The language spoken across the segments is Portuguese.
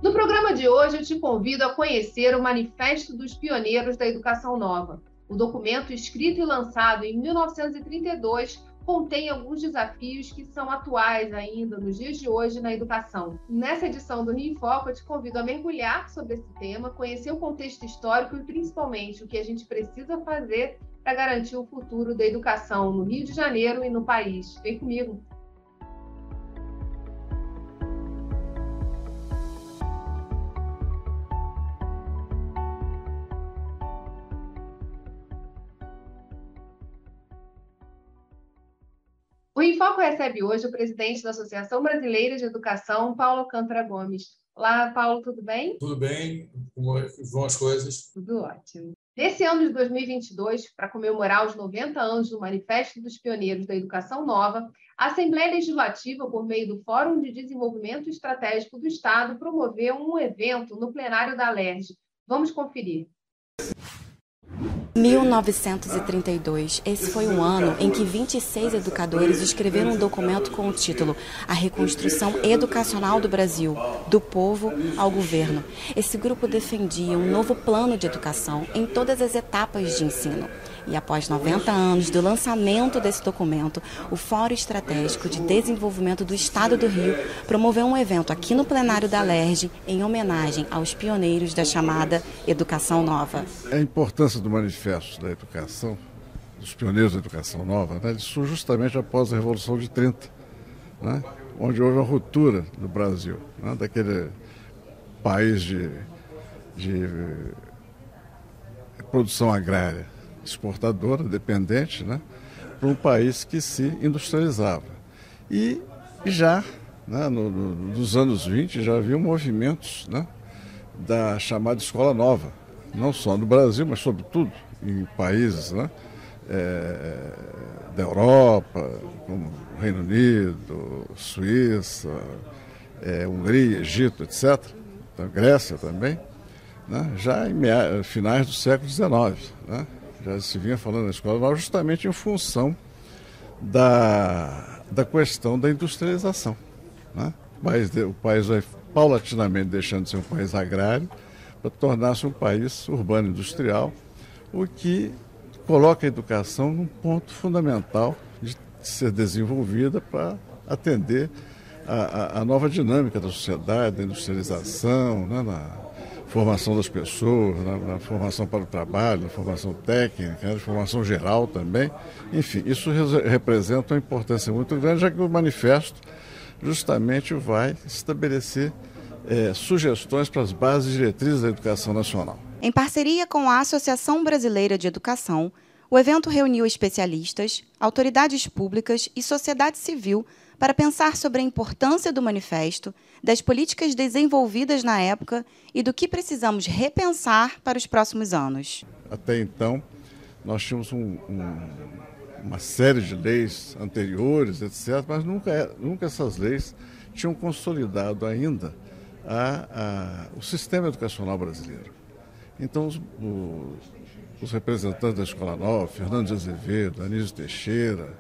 No programa de hoje, eu te convido a conhecer o Manifesto dos Pioneiros da Educação Nova. O documento, escrito e lançado em 1932, contém alguns desafios que são atuais ainda nos dias de hoje na educação. Nessa edição do Rio em Foco, eu te convido a mergulhar sobre esse tema, conhecer o contexto histórico e, principalmente, o que a gente precisa fazer para garantir o futuro da educação no Rio de Janeiro e no país. Vem comigo! O Em Foco recebe hoje o presidente da Associação Brasileira de Educação, Paulo Alcântara Gomes. Olá, Paulo, tudo bem? Tudo bem, como vão as coisas? Tudo ótimo. Nesse ano de 2022, para comemorar os 90 anos do Manifesto dos Pioneiros da Educação Nova, a Assembleia Legislativa, por meio do Fórum de Desenvolvimento Estratégico do Estado, promoveu um evento no plenário da Alerj. Vamos conferir. 1932. Esse foi um ano em que 26 educadores escreveram um documento com o título A Reconstrução Educacional do Brasil, do povo ao governo. Esse grupo defendia um novo plano de educação em todas as etapas de ensino. E após 90 anos do lançamento desse documento, o Fórum Estratégico de Desenvolvimento do Estado do Rio promoveu um evento aqui no plenário da Alerj em homenagem aos pioneiros da chamada Educação Nova. A importância do Manifesto da Educação, dos pioneiros da Educação Nova, né, surge justamente após a Revolução de 30, né, onde houve uma ruptura no Brasil, né, daquele país de produção agrária exportadora, dependente, né, para um país que se industrializava. E já, né, nos anos 20, já havia movimentos, né, da chamada Escola Nova, não só no Brasil, mas sobretudo em países, né, da Europa, como Reino Unido, Suíça, Hungria, Egito, etc., então, Grécia também, né, já em finais do século XIX, né, já se vinha falando na Escola Nova justamente em função da questão da industrialização, né? O país vai paulatinamente deixando de ser um país agrário para tornar-se um país urbano industrial, o que coloca a educação num ponto fundamental de ser desenvolvida para atender a nova dinâmica da sociedade, da industrialização, né, na formação das pessoas, na formação para o trabalho, na formação técnica, na formação geral também. Enfim, isso representa uma importância muito grande, já que o manifesto justamente vai estabelecer sugestões para as bases diretrizes da educação nacional. Em parceria com a Associação Brasileira de Educação, o evento reuniu especialistas, autoridades públicas e sociedade civil para pensar sobre a importância do manifesto, das políticas desenvolvidas na época e do que precisamos repensar para os próximos anos. Até então, nós tínhamos uma série de leis anteriores, etc., mas nunca essas leis tinham consolidado ainda o sistema educacional brasileiro. Então, os representantes da Escola Nova, Fernando de Azevedo, Anísio Teixeira,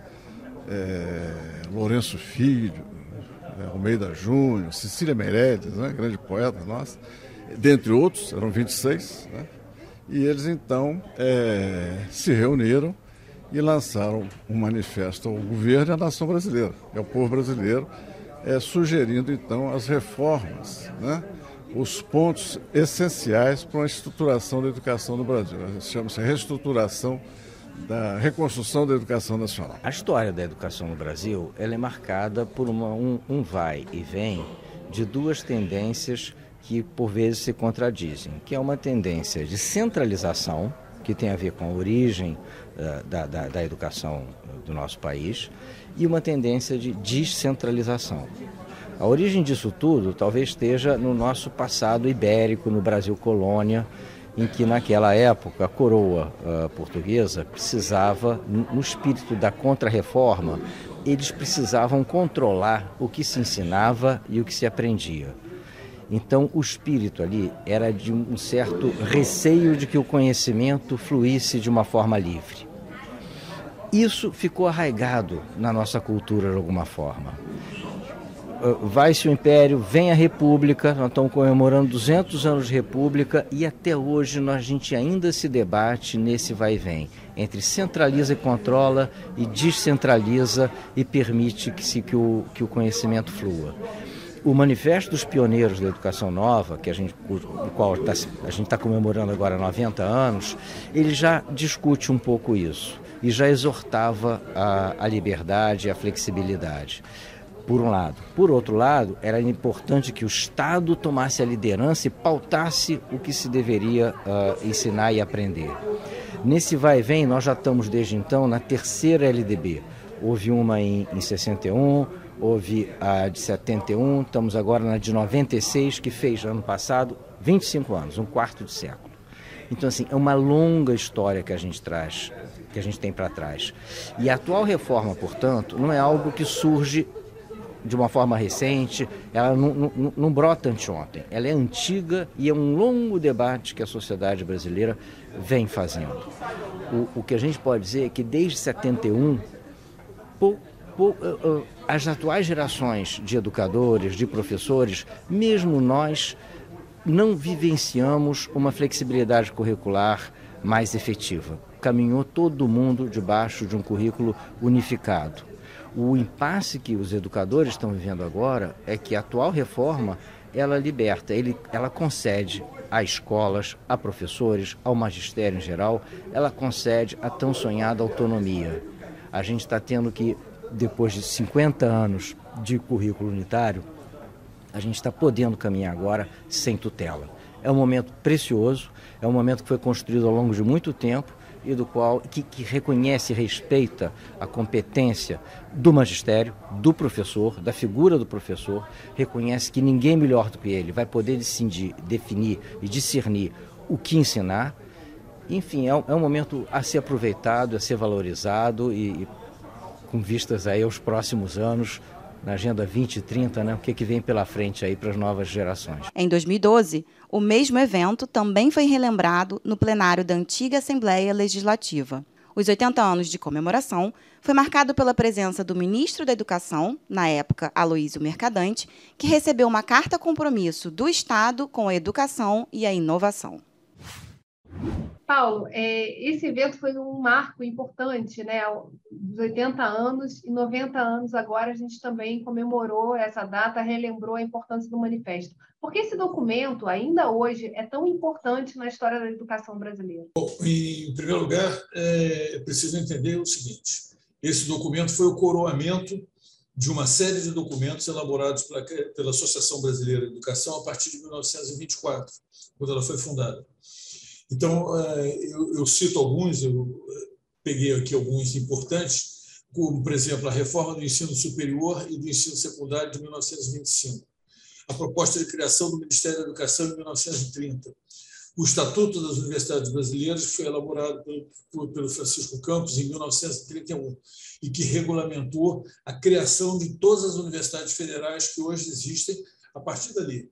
Lourenço Filho, Almeida Júnior, Cecília Meirelles, né, grande poeta nossa, dentre outros, eram 26, né, e eles então se reuniram e lançaram um manifesto ao governo e à nação brasileira, ao povo brasileiro, sugerindo então as reformas, né, os pontos essenciais para uma estruturação da educação no Brasil. Chama-se reestruturação da reconstrução da educação nacional. A história da educação no Brasil ela é marcada por um vai e vem de duas tendências que por vezes se contradizem, que é uma tendência de centralização, que tem a ver com a origem da educação do nosso país, e uma tendência de descentralização. A origem disso tudo talvez esteja no nosso passado ibérico, no Brasil colônia, em que naquela época a coroa portuguesa precisava, no espírito da contra-reforma, eles precisavam controlar o que se ensinava e o que se aprendia. Então o espírito ali era de um certo receio de que o conhecimento fluísse de uma forma livre. Isso ficou arraigado na nossa cultura de alguma forma. vai-se o Império, vem a República, nós estamos comemorando 200 anos de República e até hoje a gente ainda se debate nesse vai e vem, entre centraliza e controla e descentraliza e permite que o conhecimento flua. O Manifesto dos Pioneiros da Educação Nova, o qual a gente está comemorando agora 90 anos, ele já discute um pouco isso e já exortava a liberdade e a flexibilidade. Por um lado. Por outro lado, era importante que o Estado tomasse a liderança e pautasse o que se deveria ensinar e aprender. Nesse vai e vem, nós já estamos desde então na terceira LDB. Houve uma em 61, houve a de 71, estamos agora na de 96, que fez ano passado 25 anos, um quarto de século. Então, assim, é uma longa história que a gente traz, que a gente tem para trás. E a atual reforma, portanto, não é algo que surge de uma forma recente, ela não brota anteontem, ela é antiga e é um longo debate que a sociedade brasileira vem fazendo. O que a gente pode dizer é que desde 71, as atuais gerações de educadores, de professores, mesmo nós, não vivenciamos uma flexibilidade curricular mais efetiva. Caminhou todo mundo debaixo de um currículo unificado. O impasse que os educadores estão vivendo agora é que a atual reforma, ela liberta, ela concede a escolas, a professores, ao magistério em geral, ela concede a tão sonhada autonomia. A gente está tendo que, depois de 50 anos de currículo unitário, a gente está podendo caminhar agora sem tutela. É um momento precioso, é um momento que foi construído ao longo de muito tempo, e do qual que reconhece e respeita a competência do magistério, do professor, da figura do professor, reconhece que ninguém melhor do que ele vai poder decidir, definir e discernir o que ensinar. Enfim, é um momento a ser aproveitado, a ser valorizado e com vistas aí aos próximos anos, na Agenda 2030, né? O que vem pela frente aí para as novas gerações. Em 2012, o mesmo evento também foi relembrado no plenário da antiga Assembleia Legislativa. Os 80 anos de comemoração foi marcado pela presença do ministro da Educação, na época Aloísio Mercadante, que recebeu uma carta compromisso do Estado com a educação e a inovação. Paulo, esse evento foi um marco importante, né? Dos 80 anos e 90 anos agora a gente também comemorou essa data, relembrou a importância do manifesto. Por que esse documento, ainda hoje, é tão importante na história da educação brasileira? Bom, em primeiro lugar, é preciso entender o seguinte: esse documento foi o coroamento de uma série de documentos elaborados pela Associação Brasileira de Educação a partir de 1924, quando ela foi fundada. Então, eu cito alguns, eu peguei aqui alguns importantes, como, por exemplo, a reforma do ensino superior e do ensino secundário de 1925, a proposta de criação do Ministério da Educação em 1930, o Estatuto das Universidades Brasileiras, que foi elaborado pelo Francisco Campos em 1931 e que regulamentou a criação de todas as universidades federais que hoje existem a partir dali.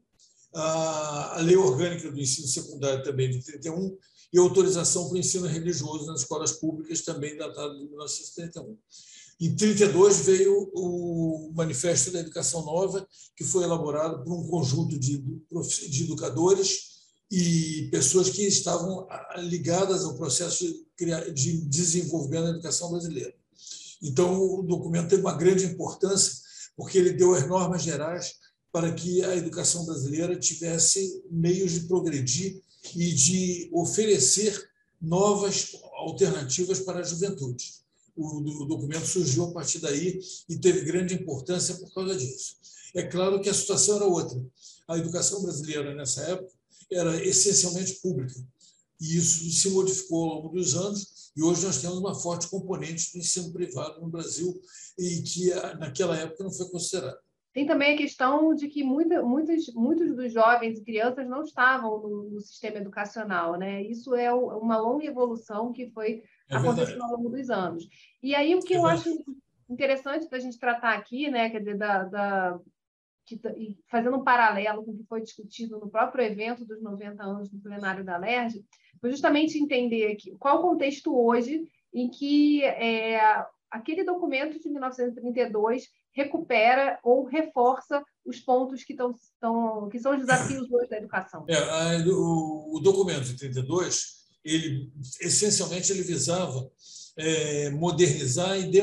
A Lei Orgânica do Ensino Secundário, também de 31, e a autorização para o ensino religioso nas escolas públicas, também datada de 1931. Em 32 veio o Manifesto da Educação Nova, que foi elaborado por um conjunto de educadores e pessoas que estavam ligadas ao processo de desenvolvimento da educação brasileira. Então, o documento teve uma grande importância, porque ele deu as normas gerais para que a educação brasileira tivesse meios de progredir e de oferecer novas alternativas para a juventude. O documento surgiu a partir daí e teve grande importância por causa disso. É claro que a situação era outra. A educação brasileira, nessa época, era essencialmente pública, e isso se modificou ao longo dos anos, e hoje nós temos uma forte componente do ensino privado no Brasil, e que naquela época não foi considerado. Tem também a questão de que muitos dos jovens e crianças não estavam no sistema educacional, né? Isso é uma longa evolução que foi acontecendo ao longo dos anos. E aí o que eu acho interessante da gente tratar aqui, né? Quer dizer, fazendo um paralelo com o que foi discutido no próprio evento dos 90 anos do plenário da LERJ, foi justamente entender aqui qual o contexto hoje em que aquele documento de 1932 recupera ou reforça os pontos que são os desafios hoje da educação. O documento de 32, essencialmente ele visava modernizar e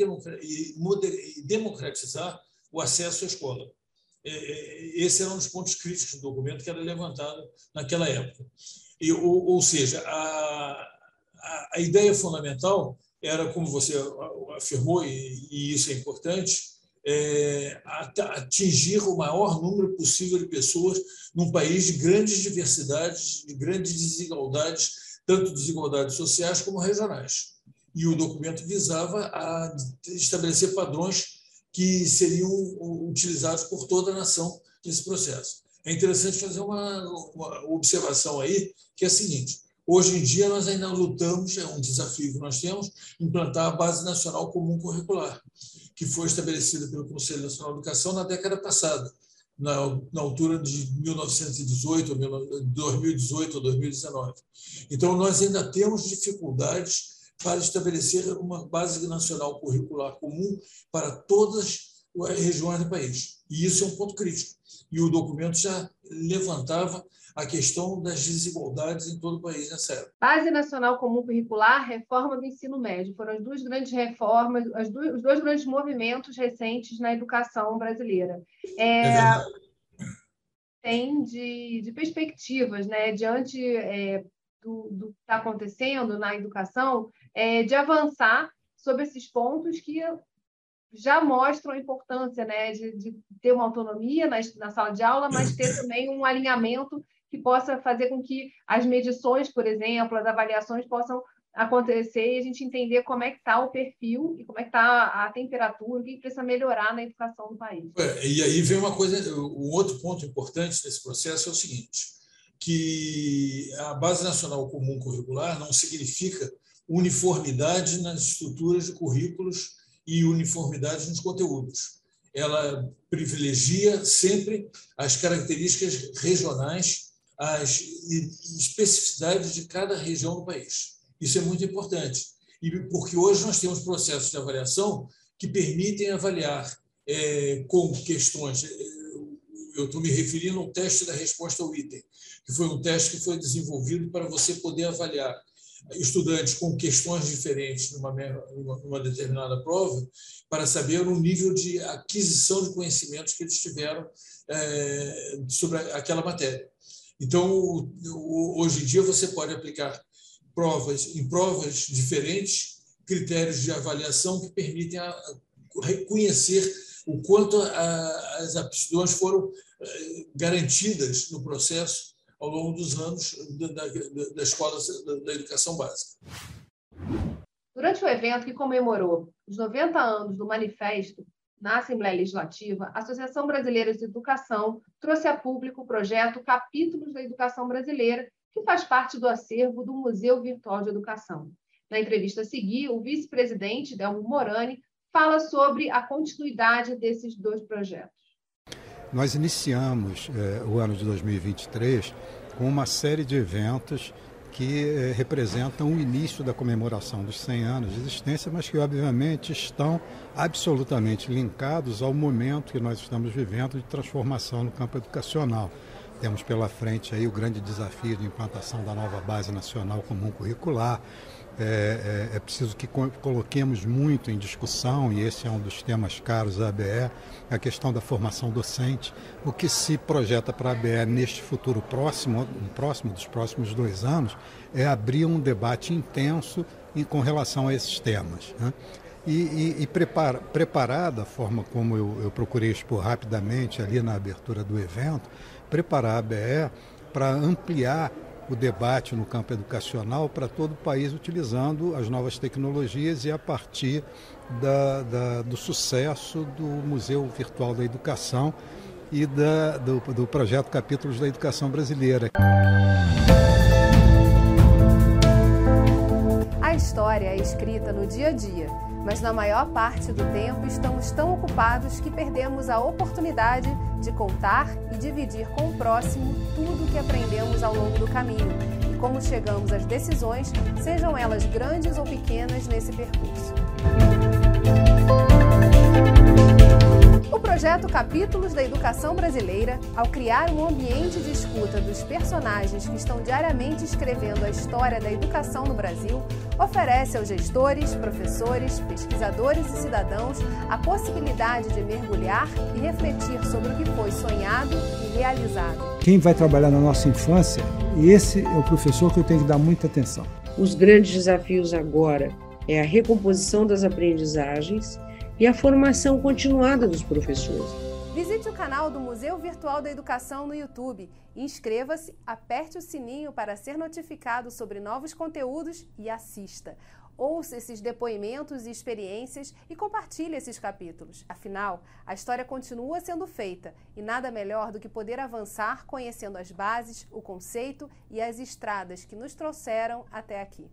democratizar o acesso à escola. Esse era um dos pontos críticos do documento que era levantado naquela época. Ou seja, a ideia fundamental era, como você afirmou, e isso é importante, atingir o maior número possível de pessoas num país de grandes diversidades, de grandes desigualdades, tanto desigualdades sociais como regionais. E o documento visava a estabelecer padrões que seriam utilizados por toda a nação nesse processo. É interessante fazer uma observação aí, que é a seguinte: hoje em dia nós ainda lutamos, é um desafio que nós temos, implantar a Base Nacional Comum Curricular, que foi estabelecida pelo Conselho Nacional de Educação na década passada, na altura de 1918, 2018 ou 2019. Então, nós ainda temos dificuldades para estabelecer uma base nacional curricular comum para todas as regiões do país. E isso é um ponto crítico. E o documento já levantava a questão das desigualdades em todo o país nessa época. Base Nacional Comum Curricular, reforma do ensino médio. Foram as duas grandes reformas, os dois grandes movimentos recentes na educação brasileira. Tem de perspectivas, né, diante do que está acontecendo na educação, de avançar sobre esses pontos que já mostram a importância, né, de ter uma autonomia na sala de aula, mas ter também um alinhamento que possa fazer com que as medições, por exemplo, as avaliações possam acontecer e a gente entender como é que está o perfil e como é que está a temperatura, o que precisa melhorar na educação do país. E aí vem uma coisa, um outro ponto importante nesse processo é o seguinte, que a Base Nacional Comum Curricular não significa uniformidade nas estruturas de currículos e uniformidade nos conteúdos. Ela privilegia sempre as características regionais, as especificidades de cada região do país. Isso é muito importante, porque hoje nós temos processos de avaliação que permitem avaliar com questões. Eu estou me referindo ao teste da resposta ao item, que foi um teste que foi desenvolvido para você poder avaliar estudantes com questões diferentes numa determinada prova, para saber o nível de aquisição de conhecimentos que eles tiveram sobre aquela matéria. Então, hoje em dia, você pode aplicar em provas diferentes, critérios de avaliação que permitem reconhecer o quanto as aptidões foram garantidas no processo ao longo dos anos da escola da educação básica. Durante o evento que comemorou os 90 anos do Manifesto na Assembleia Legislativa, a Associação Brasileira de Educação trouxe a público o projeto Capítulos da Educação Brasileira, que faz parte do acervo do Museu Virtual de Educação. Na entrevista a seguir, o vice-presidente, Delmo Morani, fala sobre a continuidade desses dois projetos. Nós iniciamos o ano de 2023 com uma série de eventos que representam o início da comemoração dos 100 anos de existência, mas que obviamente estão absolutamente linkados ao momento que nós estamos vivendo de transformação no campo educacional. Temos pela frente aí o grande desafio de implantação da nova Base Nacional Comum Curricular. É preciso que coloquemos muito em discussão, e esse é um dos temas caros à ABE, a questão da formação docente. O que se projeta para a ABE neste futuro próximo dos próximos 2 anos, é abrir um debate intenso com relação a esses temas, né? E preparar da forma como eu procurei expor rapidamente ali na abertura do evento, preparar a ABE para ampliar o debate no campo educacional para todo o país, utilizando as novas tecnologias e a partir do sucesso do Museu Virtual da Educação e do projeto Capítulos da Educação Brasileira. A história é escrita no dia a dia, mas na maior parte do tempo estamos tão ocupados que perdemos a oportunidade de contar e dividir com o próximo tudo o que aprendemos ao longo do caminho e como chegamos às decisões, sejam elas grandes ou pequenas nesse percurso. projeto Capítulos da Educação Brasileira, ao criar um ambiente de escuta dos personagens que estão diariamente escrevendo a história da educação no Brasil, oferece aos gestores, professores, pesquisadores e cidadãos a possibilidade de mergulhar e refletir sobre o que foi sonhado e realizado. Quem vai trabalhar na nossa infância, esse é o professor que eu tenho que dar muita atenção. Os grandes desafios agora é a recomposição das aprendizagens e a formação continuada dos professores. Visite o canal do Museu Virtual da Educação no YouTube. Inscreva-se, aperte o sininho para ser notificado sobre novos conteúdos e assista. Ouça esses depoimentos e experiências e compartilhe esses capítulos. Afinal, a história continua sendo feita e nada melhor do que poder avançar conhecendo as bases, o conceito e as estradas que nos trouxeram até aqui.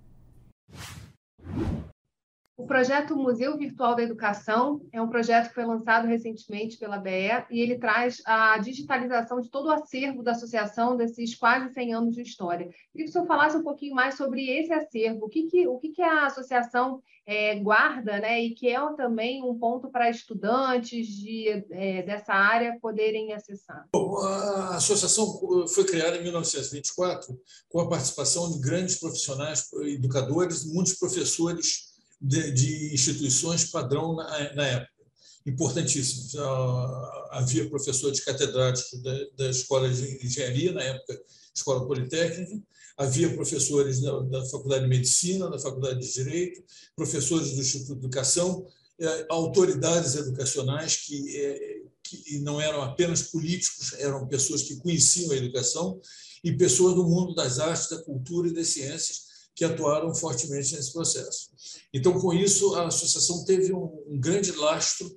O projeto Museu Virtual da Educação é um projeto que foi lançado recentemente pela BE e ele traz a digitalização de todo o acervo da associação desses quase 100 anos de história. Queria que o senhor falasse um pouquinho mais sobre esse acervo, o que a associação guarda, né, e que é também um ponto para estudantes dessa área poderem acessar. Bom, a associação foi criada em 1924 com a participação de grandes profissionais, educadores, muitos professores de instituições padrão na época, importantíssimos. Havia professores catedráticos da Escola de Engenharia, na época, Escola Politécnica, havia professores da Faculdade de Medicina, da Faculdade de Direito, professores do Instituto de Educação, autoridades educacionais que não eram apenas políticos, eram pessoas que conheciam a educação e pessoas do mundo das artes, da cultura e das ciências que atuaram fortemente nesse processo. Então, com isso, a associação teve um grande lastro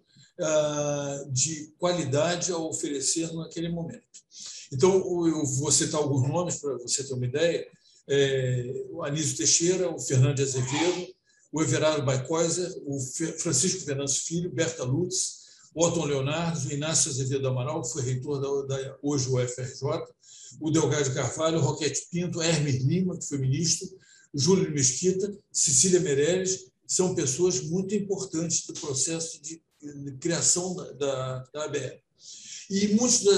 de qualidade a oferecer naquele momento. Então, eu vou citar alguns nomes para você ter uma ideia. O Anísio Teixeira, o Fernando de Azevedo, o Everardo Baicoiser, o Francisco Venâncio Filho, Berta Lutz, o Otton Leonardo, o Inácio Azevedo Amaral, que foi reitor da hoje UFRJ, o Delgado de Carvalho, o Roquete Pinto, Hermes Lima, que foi ministro, Júlio de Mesquita, Cecília Meirelles, são pessoas muito importantes do processo de criação da ABE. E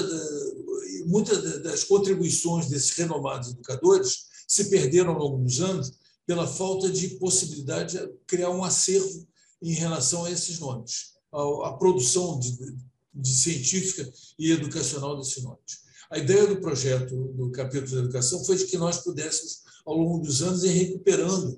muitas das contribuições desses renomados educadores se perderam ao longo dos anos pela falta de possibilidade de criar um acervo em relação a esses nomes, a produção de científica e educacional desses nomes. A ideia do projeto do Capítulo da Educação foi de que nós pudéssemos, ao longo dos anos, ir recuperando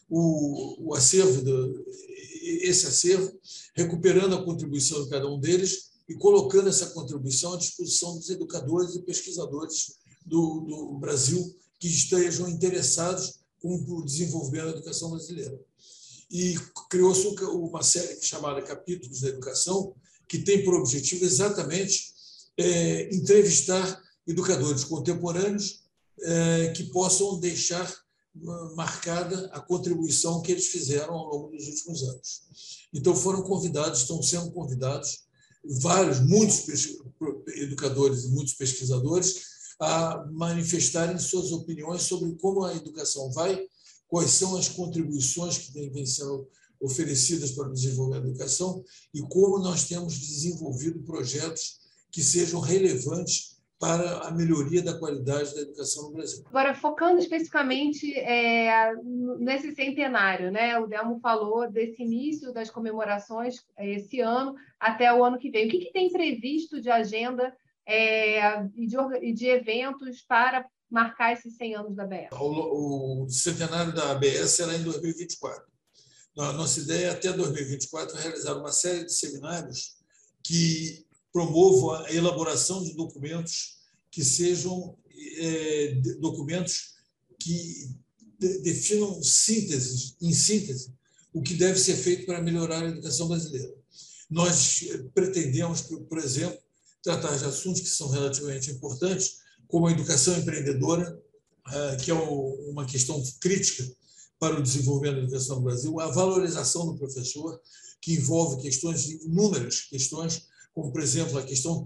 o acervo, esse acervo, recuperando a contribuição de cada um deles e colocando essa contribuição à disposição dos educadores e pesquisadores do Brasil que estejam interessados com o desenvolvimento da educação brasileira. E criou-se uma série chamada Capítulos da Educação, que tem por objetivo exatamente entrevistar educadores contemporâneos que possam deixar marcada a contribuição que eles fizeram ao longo dos últimos anos. Então, estão sendo convidados muitos educadores e muitos pesquisadores a manifestarem suas opiniões sobre como a educação vai, quais são as contribuições que vêm sendo oferecidas para o desenvolvimento da educação e como nós temos desenvolvido projetos que sejam relevantes para a melhoria da qualidade da educação no Brasil. Agora, focando especificamente nesse centenário, né? O Delmo falou desse início das comemorações esse ano até o ano que vem. O que tem previsto de agenda e de eventos para marcar esses 100 anos da ABE? O centenário da ABE será em 2024. A nossa ideia é, até 2024, realizar uma série de seminários que promovam a elaboração de documentos que sejam documentos que definam em síntese, o que deve ser feito para melhorar a educação brasileira. Nós pretendemos, por exemplo, tratar de assuntos que são relativamente importantes, como a educação empreendedora, que é uma questão crítica para o desenvolvimento da educação no Brasil, a valorização do professor, que envolve inúmeras questões, como, por exemplo, a questão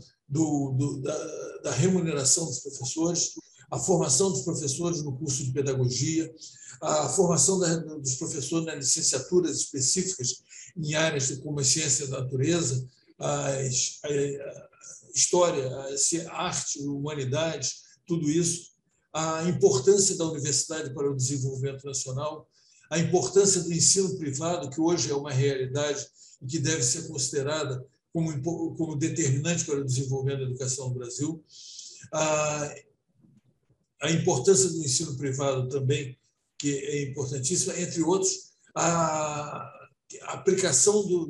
da remuneração dos professores, a formação dos professores no curso de pedagogia, a formação dos professores nas licenciaturas específicas em áreas como a ciência da natureza, a história, a arte, a humanidade, tudo isso, a importância da universidade para o desenvolvimento nacional, a importância do ensino privado, que hoje é uma realidade e que deve ser considerada como determinante para o desenvolvimento da educação no Brasil, a importância do ensino privado também, que é importantíssima, entre outros, a aplicação do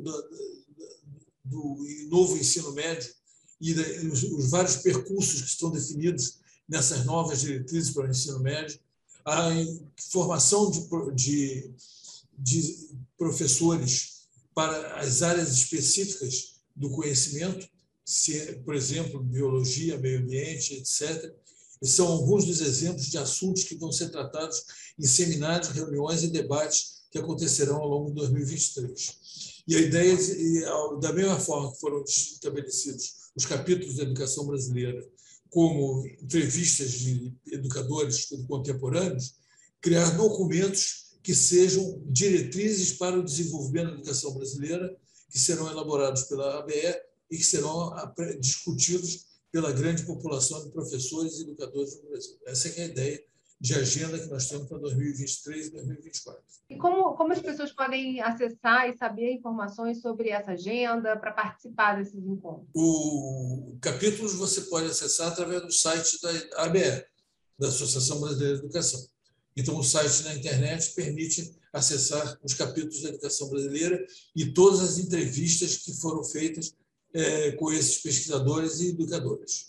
novo ensino médio e os vários percursos que estão definidos nessas novas diretrizes para o ensino médio, a formação de professores para as áreas específicas do conhecimento, por exemplo, biologia, meio ambiente, etc. São alguns dos exemplos de assuntos que vão ser tratados em seminários, reuniões e debates que acontecerão ao longo de 2023. E a ideia, da mesma forma que foram estabelecidos os capítulos da educação brasileira como entrevistas de educadores contemporâneos, criar documentos que sejam diretrizes para o desenvolvimento da educação brasileira, que serão elaborados pela ABE e que serão discutidos pela grande população de professores e educadores no Brasil. Essa é a ideia de agenda que nós temos para 2023 e 2024. E como as pessoas podem acessar e saber informações sobre essa agenda para participar desses encontros? O capítulos você pode acessar através do site da ABE, da Associação Brasileira de Educação. Então, o site na internet permite acessar os capítulos da educação brasileira e todas as entrevistas que foram feitas com esses pesquisadores e educadores.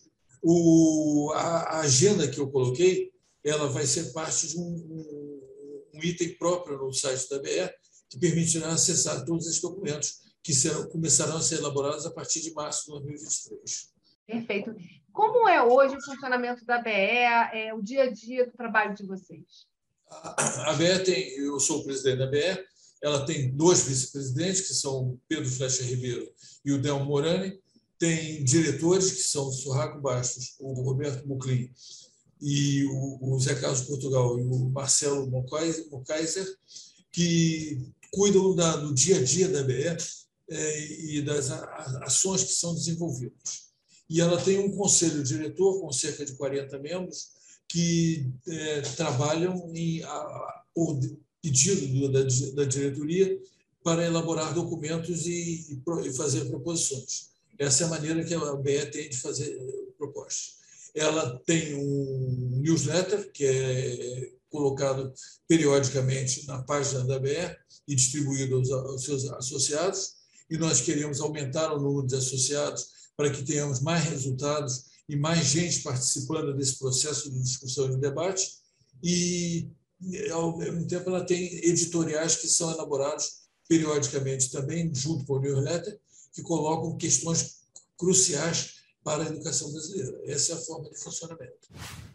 A agenda que eu coloquei, ela vai ser parte de um item próprio no site da ABE, que permitirá acessar todos esses documentos que começarão a ser elaborados a partir de março de 2023. Perfeito. Como é hoje o funcionamento da ABE, o dia a dia do trabalho de vocês? A ABE eu sou o presidente da ABE, ela tem 2 vice-presidentes, que são o Pedro Flecha Ribeiro e o Delmo Morani, tem diretores, que são o Surraco Bastos, o Roberto Buclin e o Zé Carlos Portugal e o Marcelo Mokaiser, que cuidam do dia a dia da ABE e das ações que são desenvolvidas. E ela tem um conselho diretor com cerca de 40 membros que trabalham por pedido da diretoria para elaborar documentos e fazer proposições. Essa é a maneira que a ABE tem de fazer propostas. Ela tem um newsletter que é colocado periodicamente na página da ABE e distribuído aos seus associados, e nós queremos aumentar o número de associados para que tenhamos mais resultados e mais gente participando desse processo de discussão e de debate, e, ao mesmo tempo, ela tem editoriais que são elaborados periodicamente também, junto com o newsletter, que colocam questões cruciais para a educação brasileira. Essa é a forma de funcionamento.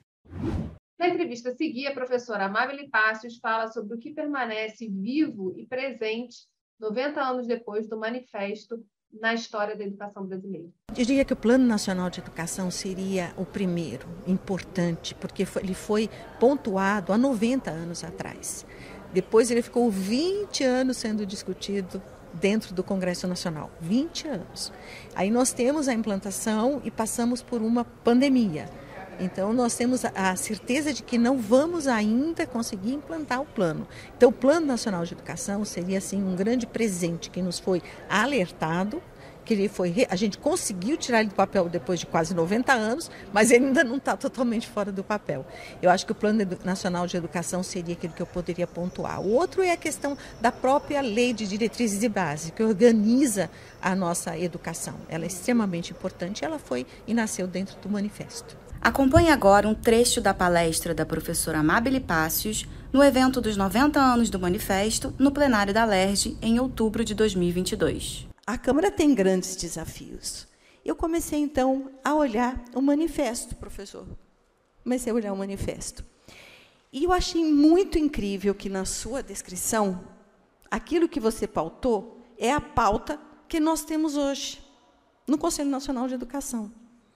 Na entrevista a seguir, a professora Amábile Pássios fala sobre o que permanece vivo e presente 90 anos depois do manifesto na história da educação brasileira. Eu diria que o Plano Nacional de Educação seria o primeiro, importante, porque ele foi pontuado há 90 anos atrás. Depois ele ficou 20 anos sendo discutido dentro do Congresso Nacional, 20 anos. Aí nós temos a implantação e passamos por uma pandemia. Então, nós temos a certeza de que não vamos ainda conseguir implantar o plano. Então, o Plano Nacional de Educação seria, assim, um grande presente que nos foi alertado, que a gente conseguiu tirar ele do papel depois de quase 90 anos, mas ele ainda não está totalmente fora do papel. Eu acho que o Plano Nacional de Educação seria aquilo que eu poderia pontuar. O outro é a questão da própria Lei de Diretrizes e Bases, que organiza a nossa educação. Ela é extremamente importante, ela foi e nasceu dentro do manifesto. Acompanhe agora um trecho da palestra da professora Amábile Pássios no evento dos 90 anos do Manifesto, no plenário da LERJ, em outubro de 2022. A Câmara tem grandes desafios. Eu comecei, então, a olhar o manifesto, professor. Comecei a olhar o manifesto. E eu achei muito incrível que, na sua descrição, aquilo que você pautou é a pauta que nós temos hoje, no Conselho Nacional de Educação.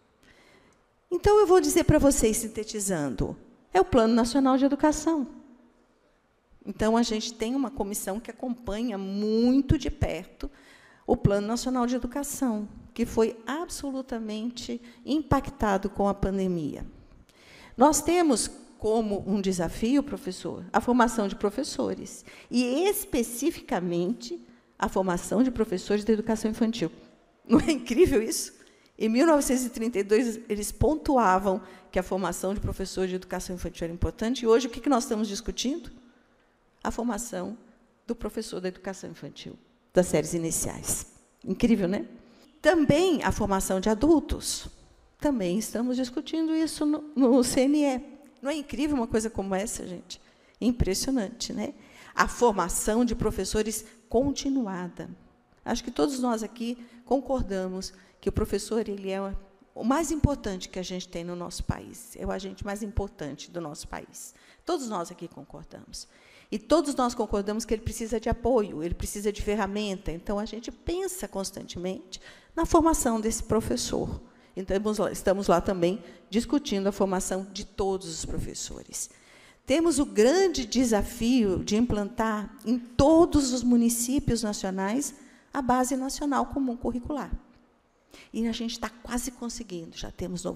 Então, eu vou dizer para vocês, sintetizando, é o Plano Nacional de Educação. Então, a gente tem uma comissão que acompanha muito de perto o Plano Nacional de Educação, que foi absolutamente impactado com a pandemia. Nós temos como um desafio, professor, a formação de professores, e especificamente a formação de professores da educação infantil. Não é incrível isso? Em 1932, eles pontuavam que a formação de professores de educação infantil era importante, e hoje o que nós estamos discutindo? A formação do professor da educação infantil, das séries iniciais. Incrível, né? Também a formação de adultos. Também estamos discutindo isso no CNE. Não é incrível uma coisa como essa, gente? Impressionante, né? A formação de professores continuada. Acho que todos nós aqui concordamos que o professor ele é o mais importante que a gente tem no nosso país. É o agente mais importante do nosso país. Todos nós aqui concordamos. E todos nós concordamos que ele precisa de apoio, ele precisa de ferramenta. Então, a gente pensa constantemente na formação desse professor. Então, estamos lá também discutindo a formação de todos os professores. Temos o grande desafio de implantar em todos os municípios nacionais a Base Nacional Comum Curricular. E a gente está quase conseguindo, já temos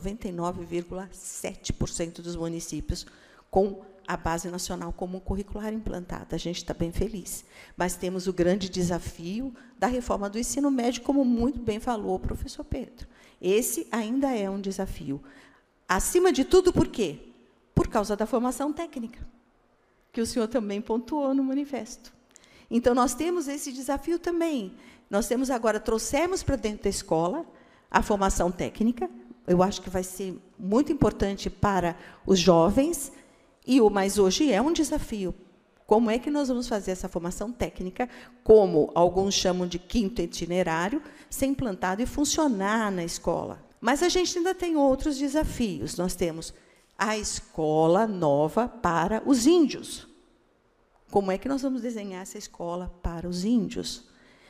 99,7% dos municípios com a Base Nacional Comum Curricular implantada. A gente está bem feliz. Mas temos o grande desafio da reforma do ensino médio, como muito bem falou o professor Pedro. Esse ainda é um desafio. Acima de tudo, por quê? Por causa da formação técnica, que o senhor também pontuou no manifesto. Então, nós temos esse desafio também. Nós temos agora, trouxemos para dentro da escola a formação técnica. Eu acho que vai ser muito importante para os jovens, mas hoje é um desafio. Como é que nós vamos fazer essa formação técnica, como alguns chamam de quinto itinerário, ser implantado e funcionar na escola? Mas a gente ainda tem outros desafios. Nós temos a escola nova para os índios. Como é que nós vamos desenhar essa escola para os índios?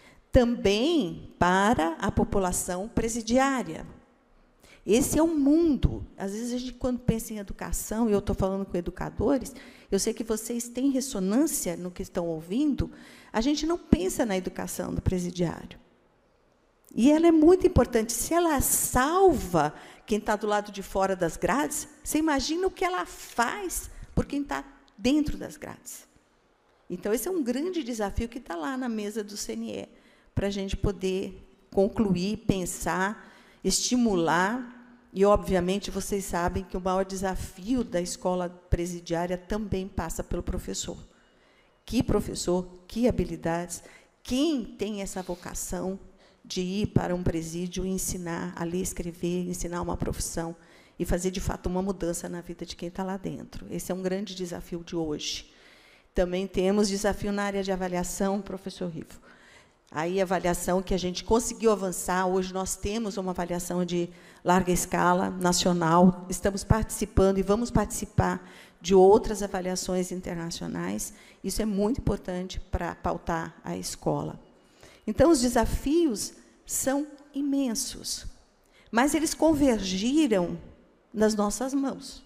Também para a população presidiária. Esse é um mundo. Às vezes, a gente, quando pensa em educação, e eu estou falando com educadores, eu sei que vocês têm ressonância no que estão ouvindo, a gente não pensa na educação do presidiário. E ela é muito importante. Se ela salva quem está do lado de fora das grades, você imagina o que ela faz por quem está dentro das grades. Então, esse é um grande desafio que está lá na mesa do CNE, para a gente poder concluir, pensar, estimular. E, obviamente, vocês sabem que o maior desafio da escola presidiária também passa pelo professor. Que professor, que habilidades, quem tem essa vocação de ir para um presídio e ensinar a ler, escrever, ensinar uma profissão e fazer, de fato, uma mudança na vida de quem está lá dentro. Esse é um grande desafio de hoje. Também temos desafio na área de avaliação, professor Rivo. Aí, a avaliação que a gente conseguiu avançar, hoje nós temos uma avaliação de larga escala, nacional, estamos participando e vamos participar de outras avaliações internacionais. Isso é muito importante para pautar a escola. Então, os desafios são imensos, mas eles convergiram nas nossas mãos.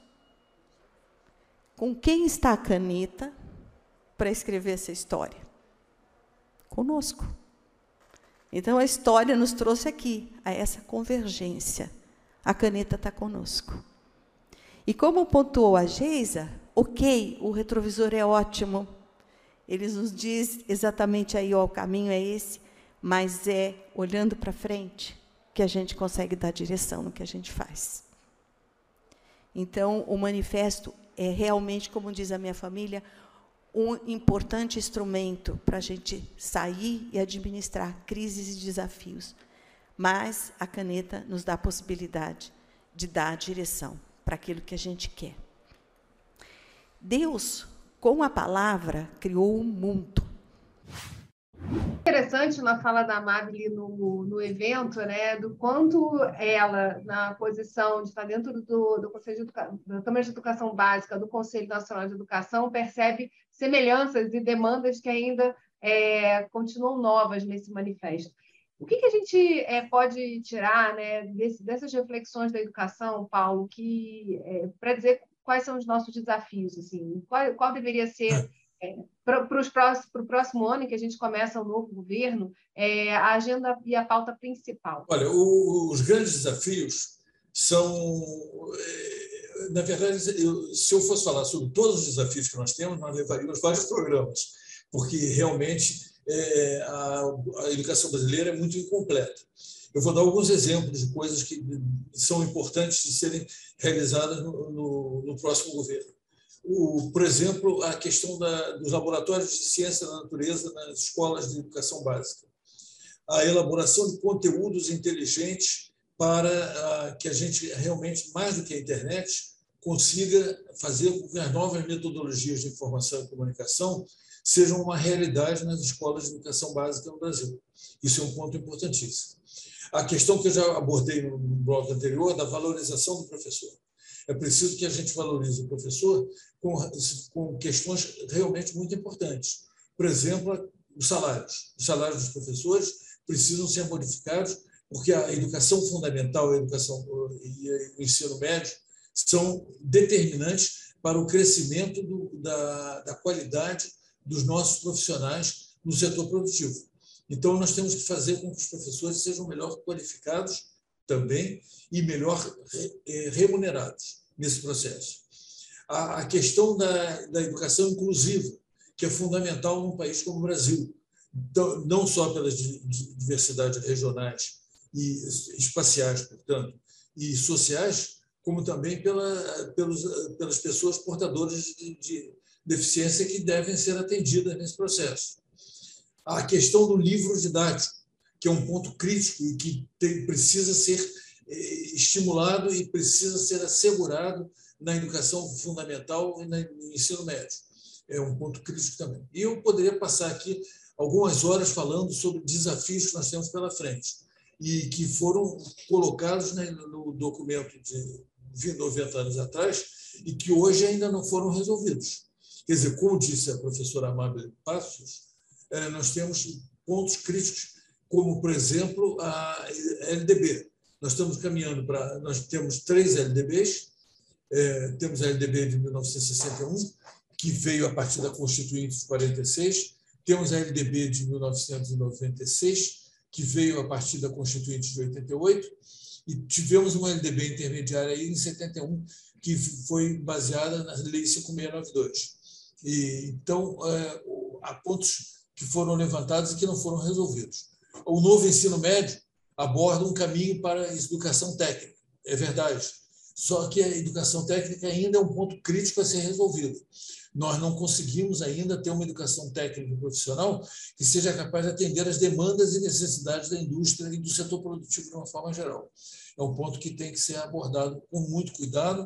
Com quem está a caneta para escrever essa história? Conosco. Então, a história nos trouxe aqui, a essa convergência. A caneta está conosco. E como pontuou a Geisa, ok, o retrovisor é ótimo, ele nos diz exatamente aí, ó, o caminho é esse, mas é olhando para frente que a gente consegue dar direção no que a gente faz. Então, o manifesto é realmente, como diz a minha família, um importante instrumento para a gente sair e administrar crises e desafios. Mas a caneta nos dá a possibilidade de dar a direção para aquilo que a gente quer. Deus, com a palavra, criou o mundo. Interessante na fala da Amabile no evento, né, do quanto ela, na posição de estar dentro do Conselho da Câmara de Educação Básica, do Conselho Nacional de Educação, percebe semelhanças e demandas que ainda continuam novas nesse manifesto. O que a gente pode tirar, né, dessas reflexões da educação, Paulo, para dizer quais são os nossos desafios? Assim, qual deveria ser Para o próximo ano, em que a gente começa o novo governo, a agenda e a pauta principal? Olha, os grandes desafios são... Na verdade, se eu fosse falar sobre todos os desafios que nós temos, nós levaríamos vários programas, porque realmente a educação brasileira é muito incompleta. Eu vou dar alguns exemplos de coisas que são importantes de serem realizadas no próximo governo. Por exemplo, a questão dos laboratórios de ciência da natureza nas escolas de educação básica. A elaboração de conteúdos inteligentes para que a gente realmente, mais do que a internet, consiga fazer com que as novas metodologias de informação e comunicação sejam uma realidade nas escolas de educação básica no Brasil. Isso é um ponto importantíssimo. A questão que eu já abordei no bloco anterior, da valorização do professor. É preciso que a gente valorize o professor com questões realmente muito importantes. Por exemplo, os salários. Os salários dos professores precisam ser modificados, porque a educação fundamental e o ensino médio são determinantes para o crescimento da qualidade dos nossos profissionais no setor produtivo. Então, nós temos que fazer com que os professores sejam melhor qualificados também e melhor remunerados nesse processo. A questão da educação inclusiva, que é fundamental num país como o Brasil, não só pelas diversidades regionais e espaciais, portanto, e sociais, como também pelas pessoas portadoras de deficiência que devem ser atendidas nesse processo. A questão do livro didático, que é um ponto crítico e que precisa ser estimulado e precisa ser assegurado na educação fundamental e no ensino médio. É um ponto crítico também. E eu poderia passar aqui algumas horas falando sobre desafios que nós temos pela frente e que foram colocados no documento de 90 anos atrás e que hoje ainda não foram resolvidos. Quer dizer, como disse a professora Amábile Passos, nós temos pontos críticos, como, por exemplo, a LDB. Nós estamos caminhando para... Nós temos 3 LDBs. Temos a LDB de 1961, que veio a partir da Constituinte de 46. Temos a LDB de 1996, que veio a partir da Constituinte de 88. E tivemos uma LDB intermediária aí em 71, que foi baseada na Lei 5692. Então, há pontos que foram levantados e que não foram resolvidos. O novo ensino médio aborda um caminho para a educação técnica, é verdade. Só que a educação técnica ainda é um ponto crítico a ser resolvido. Nós não conseguimos ainda ter uma educação técnica profissional que seja capaz de atender às demandas e necessidades da indústria e do setor produtivo de uma forma geral. É um ponto que tem que ser abordado com muito cuidado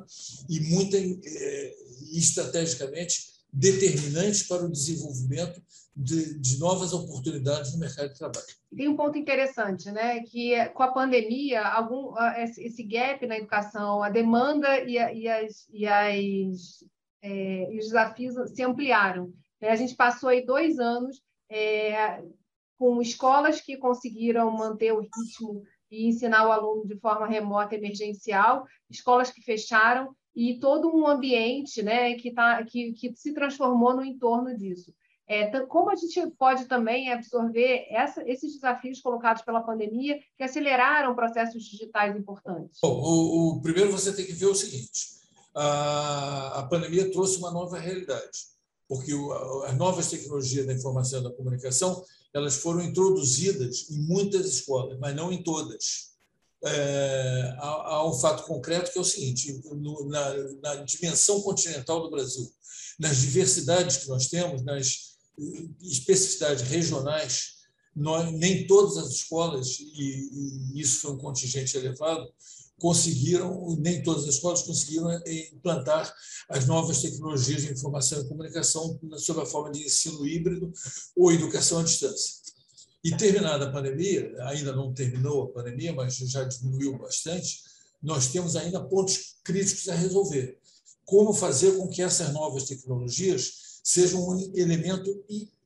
e estrategicamente determinante para o desenvolvimento de novas oportunidades no mercado de trabalho. Tem um ponto interessante, né? Que com a pandemia, esse gap na educação, a demanda e os desafios se ampliaram. A gente passou aí 2 anos com escolas que conseguiram manter o ritmo e ensinar o aluno de forma remota emergencial, escolas que fecharam e todo um ambiente, né, que se transformou no entorno disso. Como a gente pode também absorver esses desafios colocados pela pandemia que aceleraram processos digitais importantes? Bom, primeiro você tem que ver o seguinte, a pandemia trouxe uma nova realidade, porque as novas tecnologias da informação e da comunicação elas foram introduzidas em muitas escolas, mas não em todas. Há um fato concreto que é o seguinte, na dimensão continental do Brasil, nas diversidades que nós temos, nas especificidades regionais, nem todas as escolas, e isso foi um contingente elevado, nem todas as escolas conseguiram implantar as novas tecnologias de informação e comunicação sob a forma de ensino híbrido ou educação à distância. E terminada a pandemia, ainda não terminou a pandemia, mas já diminuiu bastante, nós temos ainda pontos críticos a resolver. Como fazer com que essas novas tecnologias sejam um elemento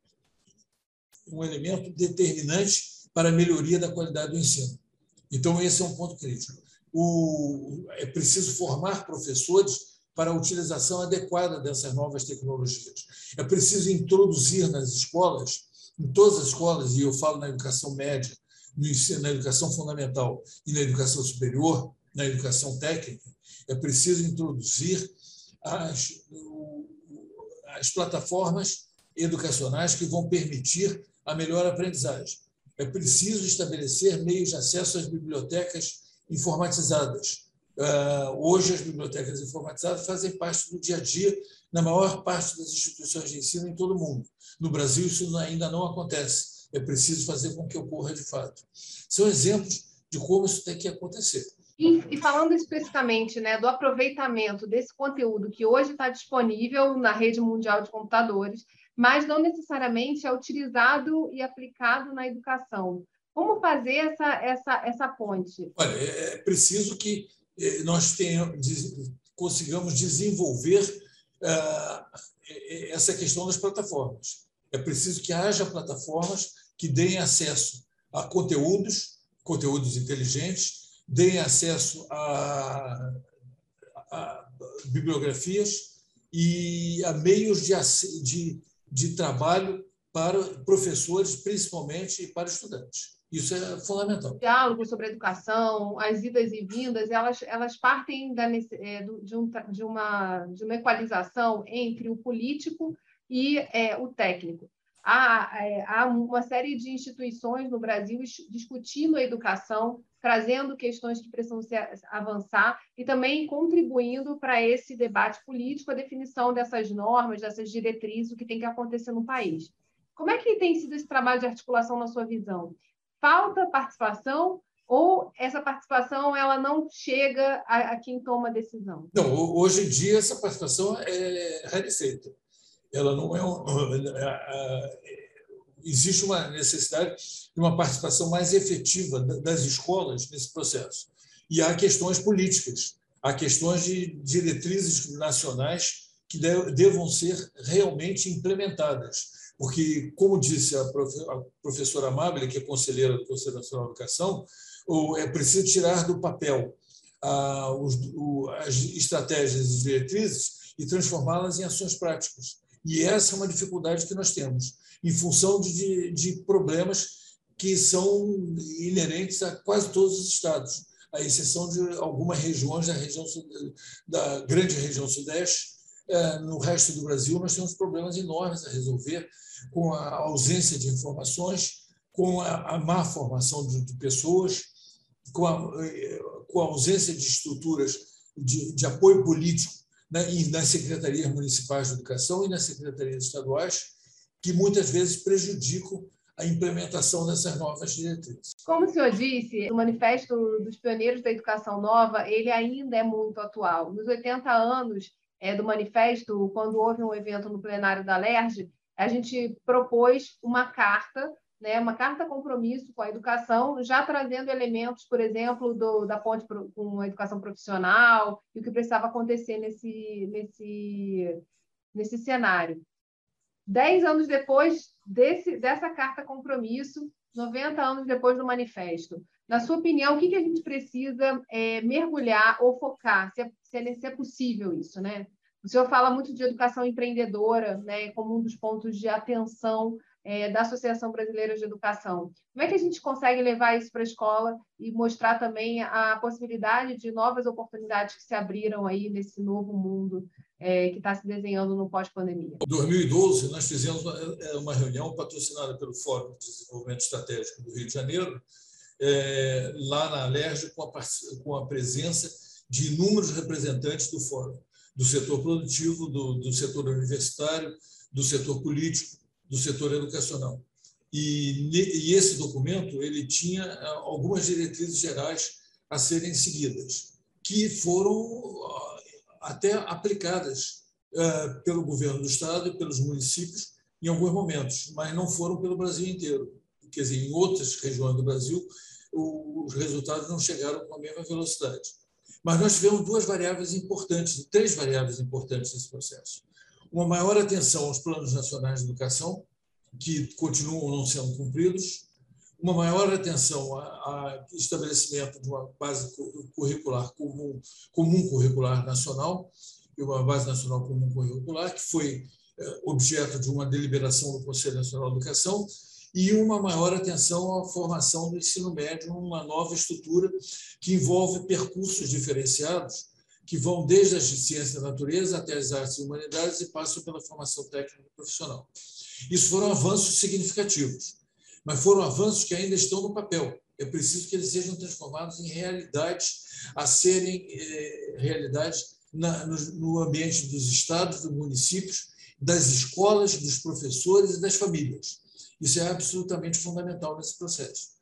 determinante para a melhoria da qualidade do ensino. Então, esse é um ponto crítico. É preciso formar professores para a utilização adequada dessas novas tecnologias. É preciso introduzir nas escolas, em todas as escolas, e eu falo na educação média, no ensino, na educação fundamental e na educação superior, na educação técnica, é preciso introduzir as plataformas educacionais que vão permitir a melhor aprendizagem. É preciso estabelecer meios de acesso às bibliotecas informatizadas. Hoje, as bibliotecas informatizadas fazem parte do dia a dia na maior parte das instituições de ensino em todo o mundo. No Brasil, isso ainda não acontece. É preciso fazer com que ocorra de fato. São exemplos de como isso tem que acontecer. E falando especificamente, né, do aproveitamento desse conteúdo que hoje está disponível na rede mundial de computadores, mas não necessariamente é utilizado e aplicado na educação. Como fazer essa ponte? Olha, é preciso que nós consigamos desenvolver essa questão das plataformas. É preciso que haja plataformas que deem acesso a conteúdos inteligentes, deem acesso a bibliografias e a meios de trabalho para professores, principalmente, e para estudantes. Isso é fundamental. O diálogo sobre a educação, as idas e vindas, elas partem de uma equalização entre o político e o técnico. Há uma série de instituições no Brasil discutindo a educação, trazendo questões que precisam avançar e também contribuindo para esse debate político, a definição dessas normas, dessas diretrizes, o que tem que acontecer no país. Como é que tem sido esse trabalho de articulação na sua visão? Falta participação ou essa participação ela não chega a quem toma a decisão? Não, hoje em dia essa participação é rarefeita. Ela não existe uma necessidade de uma participação mais efetiva das escolas nesse processo. E há questões políticas, há questões de diretrizes nacionais que devam ser realmente implementadas. Porque, como disse a professora Amabile, que é conselheira do Conselho Nacional de Educação, é preciso tirar do papel as estratégias e diretrizes e transformá-las em ações práticas. E essa é uma dificuldade que nós temos, em função de problemas que são inerentes a quase todos os estados, à exceção de algumas regiões da grande região sudeste. No resto do Brasil, nós temos problemas enormes a resolver com a ausência de informações, com a má formação de pessoas, com a ausência de estruturas de apoio político, né, nas secretarias municipais de educação e nas secretarias estaduais, que muitas vezes prejudicam a implementação dessas novas diretrizes. Como o senhor disse, o Manifesto dos Pioneiros da Educação Nova ele ainda é muito atual. Nos 80 anos do Manifesto, quando houve um evento no plenário da LERJ, a gente propôs uma carta compromisso com a educação, já trazendo elementos, por exemplo, da ponte com a educação profissional e o que precisava acontecer nesse cenário. 10 anos depois dessa carta compromisso, 90 anos depois do manifesto, na sua opinião, o que a gente precisa mergulhar ou focar, se é possível isso, né? O senhor fala muito de educação empreendedora, né, como um dos pontos de atenção da Associação Brasileira de Educação. Como é que a gente consegue levar isso para a escola e mostrar também a possibilidade de novas oportunidades que se abriram aí nesse novo mundo que está se desenhando no pós-pandemia? Em 2012, nós fizemos uma reunião patrocinada pelo Fórum de Desenvolvimento Estratégico do Rio de Janeiro, lá na LERJ, com a presença de inúmeros representantes do Fórum, do setor produtivo, do setor universitário, do setor político, do setor educacional. E esse documento ele tinha algumas diretrizes gerais a serem seguidas, que foram até aplicadas pelo governo do Estado e pelos municípios em alguns momentos, mas não foram pelo Brasil inteiro. Quer dizer, em outras regiões do Brasil, os resultados não chegaram com a mesma velocidade. Mas nós tivemos três variáveis importantes nesse processo. Uma maior atenção aos planos nacionais de educação, que continuam não sendo cumpridos, uma maior atenção ao estabelecimento de uma base curricular comum curricular nacional, e uma Base Nacional Comum Curricular, que foi objeto de uma deliberação do Conselho Nacional de Educação, e uma maior atenção à formação do ensino médio, uma nova estrutura que envolve percursos diferenciados, que vão desde as ciências da natureza até as artes e humanidades e passam pela formação técnica e profissional. Isso foram avanços significativos, mas foram avanços que ainda estão no papel. É preciso que eles sejam transformados em realidades, a serem realidades no ambiente dos estados, dos municípios, das escolas, dos professores e das famílias. Isso é absolutamente fundamental nesse processo.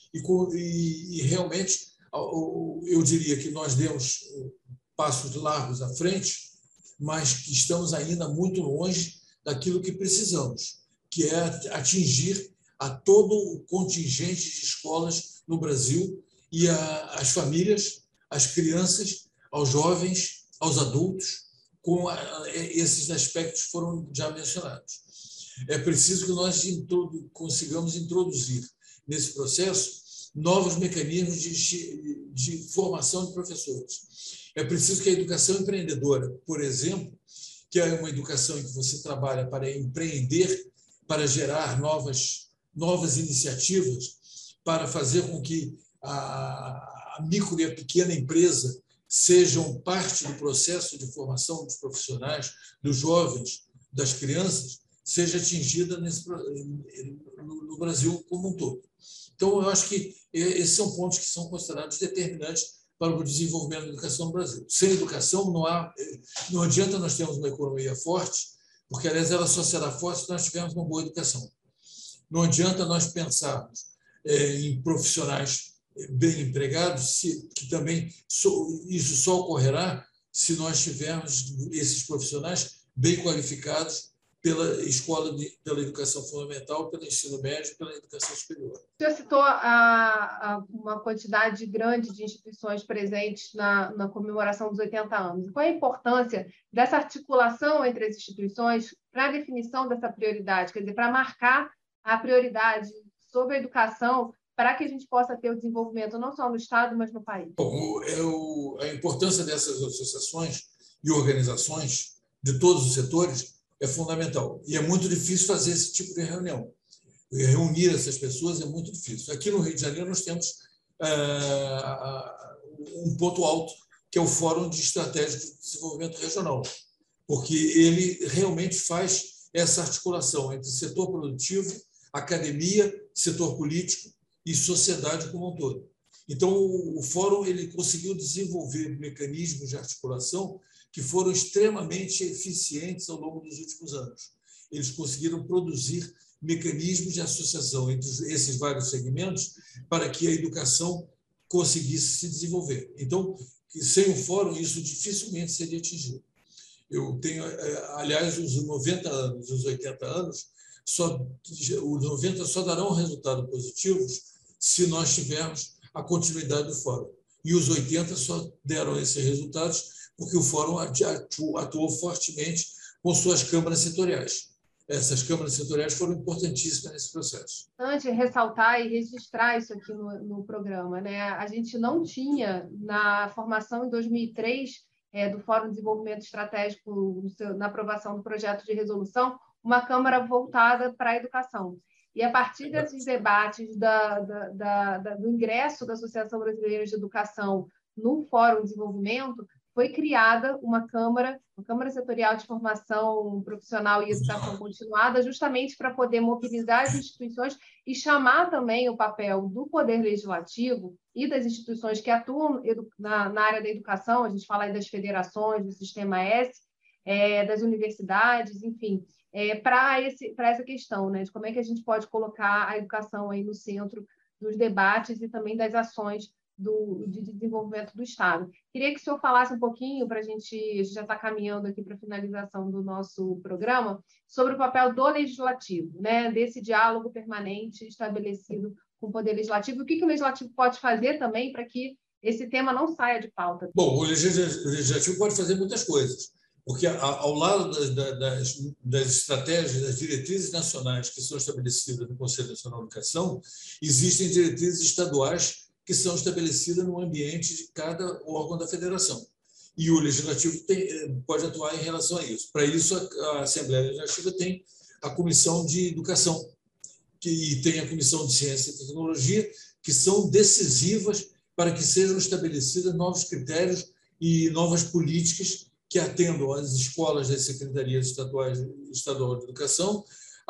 E realmente, eu diria que nós demos passos largos à frente, mas que estamos ainda muito longe daquilo que precisamos, que é atingir a todo o contingente de escolas no Brasil e as famílias, as crianças, aos jovens, aos adultos, com esses aspectos foram já mencionados. É preciso que nós consigamos introduzir nesse processo novos mecanismos de formação de professores. É preciso que a educação empreendedora, por exemplo, que é uma educação em que você trabalha para empreender, para gerar novas iniciativas, para fazer com que a micro e a pequena empresa sejam parte do processo de formação dos profissionais, dos jovens, das crianças, seja atingida no Brasil como um todo. Então, eu acho que esses são pontos que são considerados determinantes para o desenvolvimento da educação no Brasil. Sem educação, não adianta nós termos uma economia forte, porque, aliás, ela só será forte se nós tivermos uma boa educação. Não adianta nós pensarmos em profissionais bem empregados, que também isso só ocorrerá se nós tivermos esses profissionais bem qualificados pela escola, pela educação fundamental, pelo ensino médio, pela educação superior. Você citou uma quantidade grande de instituições presentes na comemoração dos 80 anos. Qual é a importância dessa articulação entre as instituições para a definição dessa prioridade, quer dizer, para marcar a prioridade sobre a educação para que a gente possa ter o desenvolvimento não só no Estado, mas no país? Bom, a importância dessas associações e organizações de todos os setores é fundamental. E é muito difícil fazer esse tipo de reunião. Reunir essas pessoas é muito difícil. Aqui no Rio de Janeiro nós temos um ponto alto, que é o Fórum de Estratégia de Desenvolvimento Regional, porque ele realmente faz essa articulação entre setor produtivo, academia, setor político e sociedade como um todo. Então, o Fórum ele conseguiu desenvolver mecanismos de articulação que foram extremamente eficientes ao longo dos últimos anos. Eles conseguiram produzir mecanismos de associação entre esses vários segmentos para que a educação conseguisse se desenvolver. Então, sem o Fórum, isso dificilmente seria atingido. Eu tenho, aliás, os 90 anos, os 80 anos, os 90 só darão resultados positivos se nós tivermos a continuidade do Fórum. E os 80 só deram esses resultados porque o Fórum atuou fortemente com suas câmaras setoriais. Essas câmaras setoriais foram importantíssimas nesse processo. Antes de ressaltar e registrar isso aqui no programa, né? A gente não tinha, na formação em 2003 do Fórum de Desenvolvimento Estratégico, na aprovação do projeto de resolução, uma Câmara voltada para a educação. E, a partir desses debates do ingresso da Associação Brasileira de Educação no Fórum de Desenvolvimento, foi criada uma Câmara Setorial de Formação Profissional e Educação Continuada, justamente para poder mobilizar as instituições e chamar também o papel do Poder Legislativo e das instituições que atuam na área da educação, a gente fala aí das federações, do Sistema S, das universidades, enfim, para essa questão, né, de como é que a gente pode colocar a educação aí no centro dos debates e também das ações de desenvolvimento do Estado. Queria que o senhor falasse um pouquinho, a gente já está caminhando aqui para a finalização do nosso programa, sobre o papel do Legislativo, né, desse diálogo permanente estabelecido com o Poder Legislativo. O que o Legislativo pode fazer também para que esse tema não saia de pauta? Bom, o Legislativo pode fazer muitas coisas, porque ao lado das estratégias, das diretrizes nacionais que são estabelecidas no Conselho Nacional de Educação, existem diretrizes estaduais que são estabelecidas no ambiente de cada órgão da federação. e o Legislativo pode atuar em relação a isso. Para isso, a Assembleia Legislativa tem a Comissão de Educação e tem a Comissão de Ciência e Tecnologia, que são decisivas para que sejam estabelecidos novos critérios e novas políticas que atendam às escolas das secretarias estadual de educação,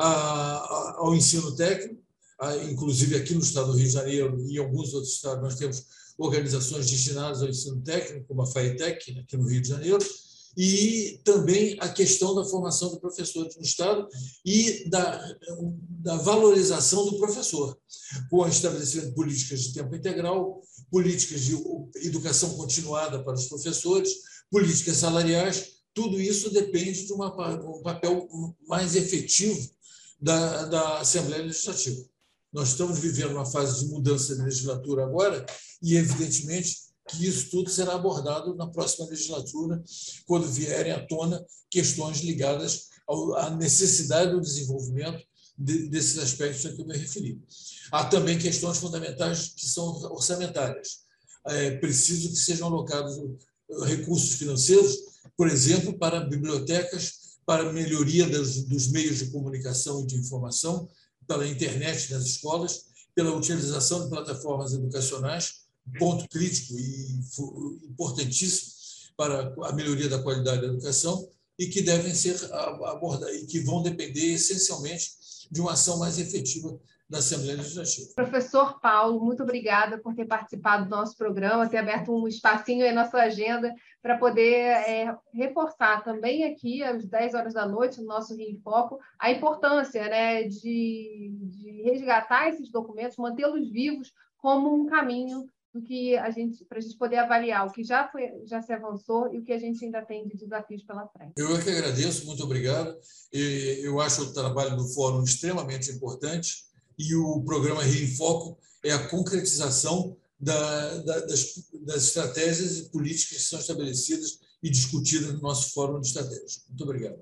ao ensino técnico, inclusive aqui no estado do Rio de Janeiro e em alguns outros estados nós temos organizações destinadas ao ensino técnico, como a FAETEC, aqui no Rio de Janeiro, e também a questão da formação de professores no estado e da valorização do professor, com o estabelecimento de políticas de tempo integral, políticas de educação continuada para os professores, políticas salariais. Tudo isso depende de um papel mais efetivo da Assembleia Legislativa. Nós estamos vivendo uma fase de mudança de legislatura agora e, evidentemente, que isso tudo será abordado na próxima legislatura, quando vierem à tona questões ligadas à necessidade do desenvolvimento desses aspectos a que eu me referi. Há também questões fundamentais que são orçamentárias. É preciso que sejam alocados recursos financeiros, por exemplo, para bibliotecas, para a melhoria dos meios de comunicação e de informação, pela internet nas escolas, pela utilização de plataformas educacionais, ponto crítico e importantíssimo para a melhoria da qualidade da educação e que devem ser abordados e que vão depender essencialmente de uma ação mais efetiva da Assembleia Legislativa. Professor Paulo, muito obrigada por ter participado do nosso programa, ter aberto um espacinho aí na sua agenda para poder reforçar também aqui, às 10 horas da noite, no nosso Rio em Foco, a importância, né, de resgatar esses documentos, mantê-los vivos como um caminho do que para a gente poder avaliar o que já se avançou e o que a gente ainda tem de desafios pela frente. Eu é que agradeço, muito obrigado. Eu acho o trabalho do Fórum extremamente importante e o programa Rio em Foco é a concretização das estratégias e políticas que são estabelecidas e discutidas no nosso Fórum de Estratégias. Muito obrigado.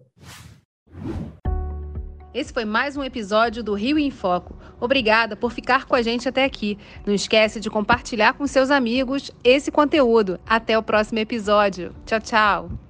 Esse foi mais um episódio do Rio em Foco. Obrigada por ficar com a gente até aqui. Não esquece de compartilhar com seus amigos esse conteúdo. Até o próximo episódio. Tchau, tchau.